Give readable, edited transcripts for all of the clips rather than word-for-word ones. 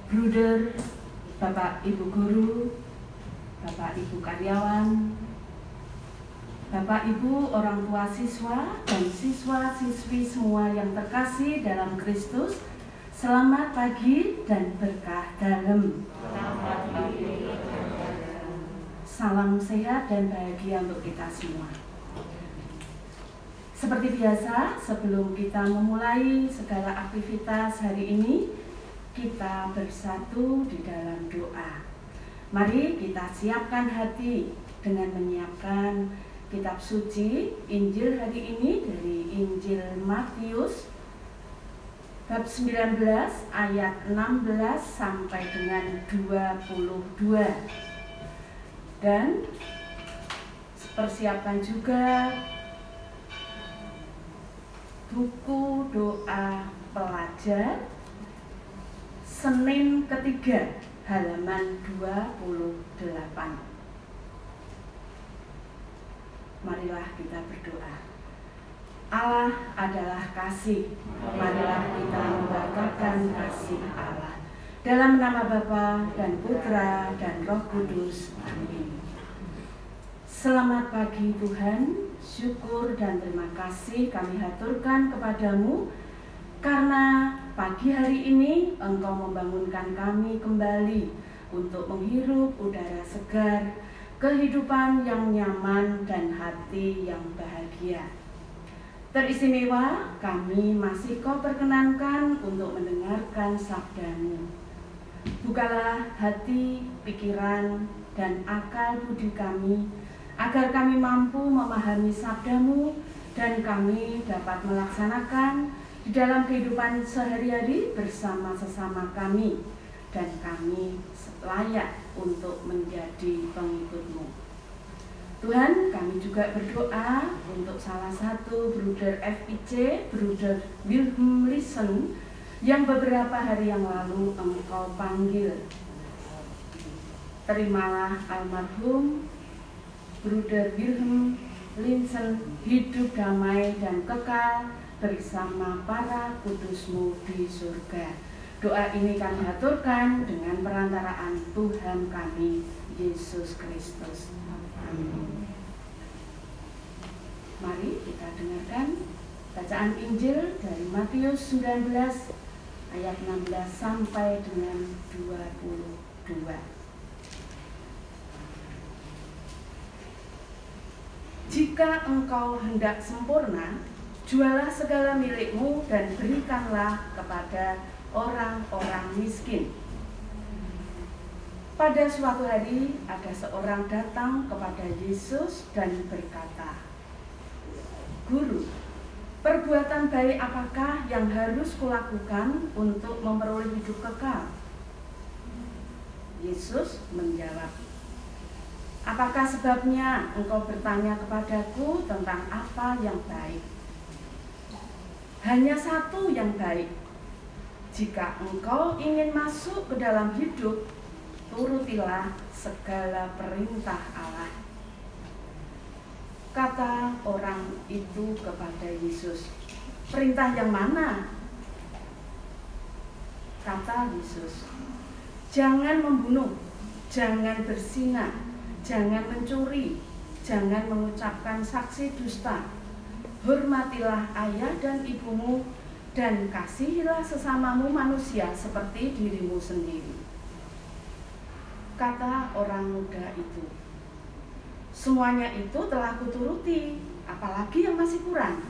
Bruder, Bapak Ibu Guru, Bapak Ibu karyawan, Bapak Ibu orang tua siswa dan siswa-siswi semua yang terkasih dalam Kristus, selamat pagi dan berkah dalam. Salam sehat dan bahagia untuk kita semua. Seperti biasa, sebelum kita memulai segala aktivitas hari ini, kita bersatu di dalam doa. Mari kita siapkan hati dengan menyiapkan kitab suci Injil hari ini dari Injil Matius bab 19 ayat 16 sampai dengan 22. Dan persiapkan juga buku doa pelajar Senin ketiga halaman 28. Marilah kita berdoa. Allah adalah kasih. Marilah kita membanggakan kasih Allah. Dalam nama Bapa dan Putra dan Roh Kudus. Amin. Selamat pagi Tuhan, syukur dan terima kasih kami haturkan kepadamu karena pagi hari ini Engkau membangunkan kami kembali untuk menghirup udara segar, kehidupan yang nyaman dan hati yang bahagia. Teristimewa kami masih Kau perkenankan untuk mendengarkan sabda-Mu. Bukalah hati, pikiran, dan akal budi kami, agar kami mampu memahami sabda-Mu dan kami dapat melaksanakan di dalam kehidupan sehari-hari bersama sesama kami, dan kami layak untuk menjadi pengikut-Mu. Tuhan, kami juga berdoa untuk salah satu Bruder FIC, Bruder Wilhelm Listen, yang beberapa hari yang lalu Engkau panggil. Terimalah almarhum Bruder Wilhelm Listen hidup damai dan kekal bersama para kudus-Mu di surga. Doa ini kami haturkan dengan perantaraan Tuhan kami, Yesus Kristus. Amin. Mari kita dengarkan bacaan Injil dari Matius 19 ayat 16 sampai dengan 22. Jika engkau hendak sempurna, jualah segala milikmu dan berikanlah kepada orang-orang miskin. Pada suatu hari ada seorang datang kepada Yesus dan berkata, "Guru, perbuatan baik apakah yang harus kulakukan untuk memperoleh hidup kekal?" Yesus menjawab, "Apakah sebabnya engkau bertanya kepadaku tentang apa yang baik? Hanya satu yang baik. Jika engkau ingin masuk ke dalam hidup, turutilah segala perintah Allah." Kata orang itu kepada Yesus, "Perintah yang mana?" Kata Yesus, "Jangan membunuh, jangan berzina, jangan mencuri, jangan mengucapkan saksi dusta. Hormatilah ayah dan ibumu, dan kasihilah sesamamu manusia seperti dirimu sendiri." Kata orang muda itu, "Semuanya itu telah kuturuti, apalagi yang masih kurang?"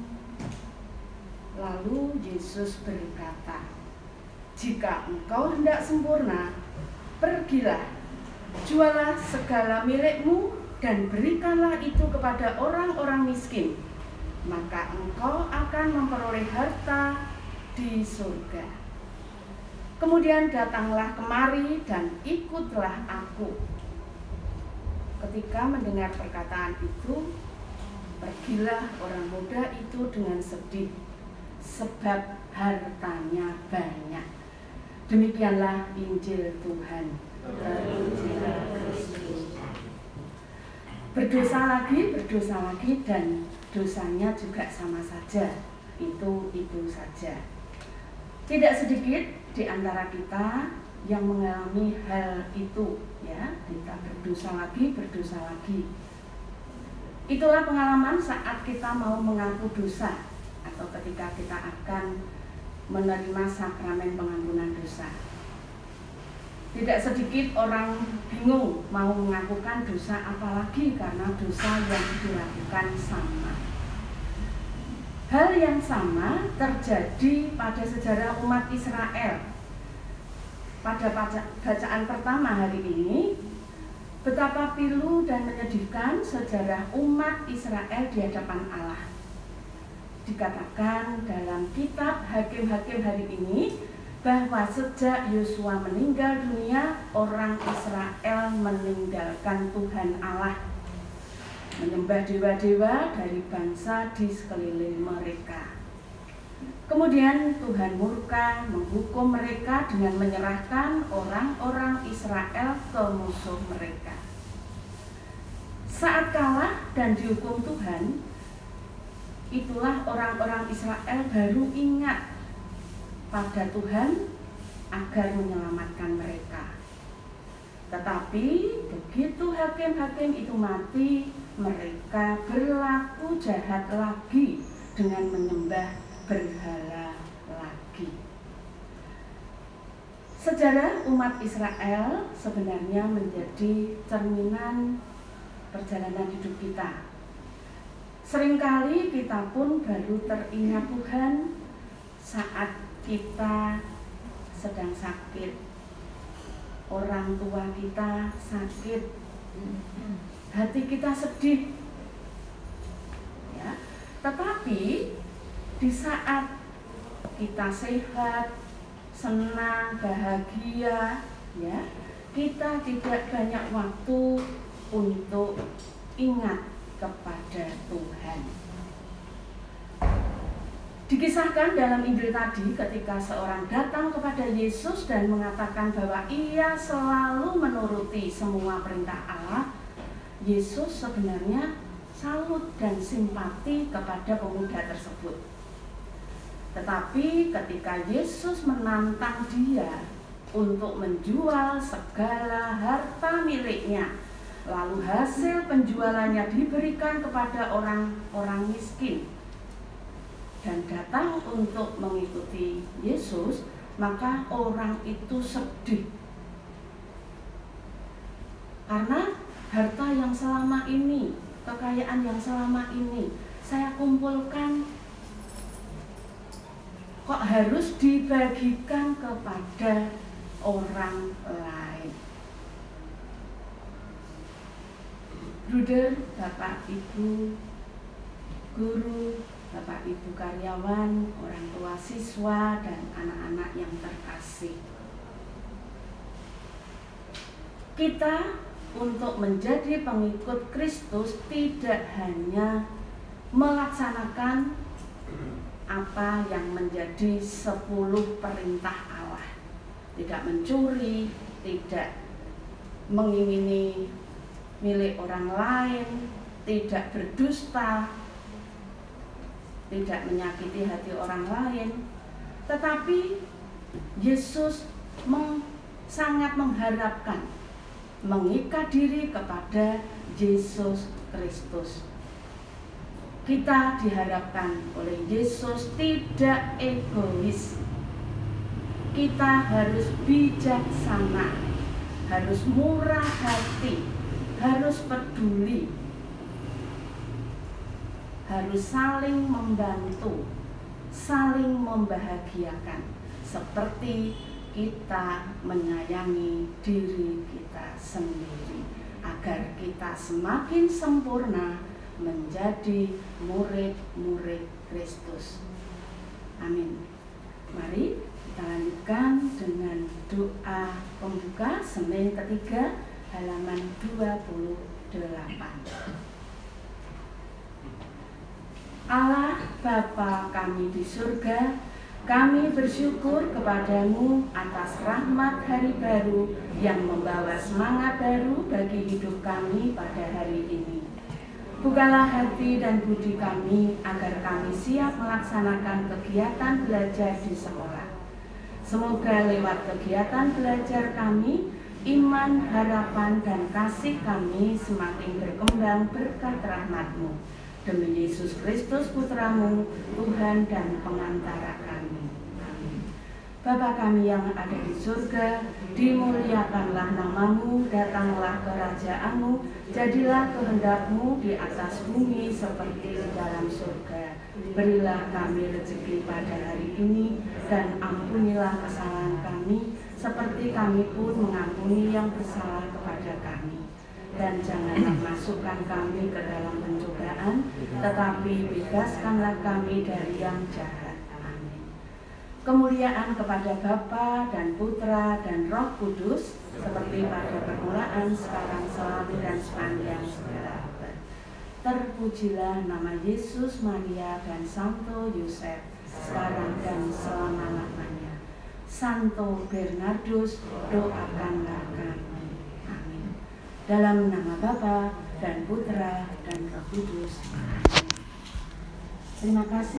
Lalu Yesus berkata, "Jika engkau hendak sempurna, pergilah, jualah segala milikmu dan berikanlah itu kepada orang-orang miskin, maka engkau akan memperoleh harta di surga. Kemudian datanglah kemari dan ikutlah aku." Ketika mendengar perkataan itu, pergilah orang muda itu dengan sedih, sebab hartanya banyak. Demikianlah Injil Tuhan. Terpujilah Kristus. Berdosa lagi, dan dosanya juga sama saja. Itu saja. Tidak sedikit di antara kita yang mengalami hal itu, ya. Kita berdosa lagi. Itulah pengalaman saat kita mau mengaku dosa atau ketika kita akan menerima sakramen pengampunan dosa. Tidak sedikit orang bingung mau mengakukan dosa, apalagi karena dosa yang dilakukan sama. Hal yang sama terjadi pada sejarah umat Israel. Pada bacaan pertama hari ini, betapa pilu dan menyedihkan sejarah umat Israel di hadapan Allah. Dikatakan dalam kitab Hakim-Hakim hari ini bahwa sejak Yosua meninggal dunia, orang Israel meninggalkan Tuhan Allah, menyembah dewa-dewa dari bangsa di sekeliling mereka. Kemudian Tuhan murka menghukum mereka dengan menyerahkan orang-orang Israel ke musuh mereka. Saat kalah dan dihukum Tuhan, itulah orang-orang Israel baru ingat pada Tuhan agar menyelamatkan mereka. Tetapi begitu hakim-hakim itu mati, mereka berlaku jahat lagi dengan menyembah berhala lagi. Sejarah umat Israel sebenarnya menjadi cerminan perjalanan hidup kita. Seringkali kita pun baru teringat Tuhan saat kita sedang sakit, orang tua kita sakit, hati kita sedih, ya. Tetapi di saat kita sehat, senang, bahagia, ya, kita tidak banyak waktu untuk ingat kepada Tuhan. Dikisahkan dalam Injil tadi ketika seorang datang kepada Yesus dan mengatakan bahwa ia selalu menuruti semua perintah Allah, Yesus sebenarnya salut dan simpati kepada pemuda tersebut. Tetapi ketika Yesus menantang dia untuk menjual segala harta miliknya, lalu hasil penjualannya diberikan kepada orang-orang miskin, dan datang untuk mengikuti Yesus, maka orang itu sedih. Karena harta yang selama ini, kekayaan yang selama ini saya kumpulkan, kok harus dibagikan kepada orang lain. Bruder, Bapak, Ibu, guru, Bapak Ibu karyawan, orang tua siswa, dan anak-anak yang terkasih. Kita untuk menjadi pengikut Kristus tidak hanya melaksanakan apa yang menjadi 10 perintah Allah. Tidak mencuri, tidak mengingini milik orang lain, tidak berdusta, tidak menyakiti hati orang lain. Tetapi Yesus sangat mengharapkan mengikat diri kepada Yesus Kristus. Kita diharapkan oleh Yesus tidak egois. Kita harus bijaksana, harus murah hati, harus peduli, harus saling membantu, saling membahagiakan, seperti kita menyayangi diri kita sendiri, agar kita semakin sempurna menjadi murid-murid Kristus. Amin. Mari kita lanjutkan dengan doa pembuka Senin ketiga halaman 28. Allah Bapa kami di surga, kami bersyukur kepadamu atas rahmat hari baru yang membawa semangat baru bagi hidup kami pada hari ini. Bukalah hati dan budi kami agar kami siap melaksanakan kegiatan belajar di sekolah. Semoga lewat kegiatan belajar kami, iman, harapan, dan kasih kami semakin berkembang berkat rahmat-Mu. Demi Yesus Kristus Putra-Mu, Tuhan dan pengantara kami. Amin. Bapa kami yang ada di surga, dimuliakanlah nama-Mu, datanglah kerajaan-Mu, jadilah kehendak-Mu di atas bumi seperti di dalam surga. Berilah kami rezeki pada hari ini, dan ampunilah kesalahan kami, seperti kami pun mengampuni yang bersalah kepada kami. Dan janganlah masukkan kami ke dalam pencobaan, tetapi bebaskanlah kami dari yang jahat. Amin. Kemuliaan kepada Bapa dan Putra dan Roh Kudus, seperti pada permulaan, sekarang, selalu, dan sepanjang segala abad. Terpujilah nama Yesus, Maria, dan Santo Yosef, sekarang dan selama-lamanya. Santo Bernardus, doakanlah kami. Amin. Dalam nama Bapa dan Putra dan Roh Kudus. Amin. Terima kasih.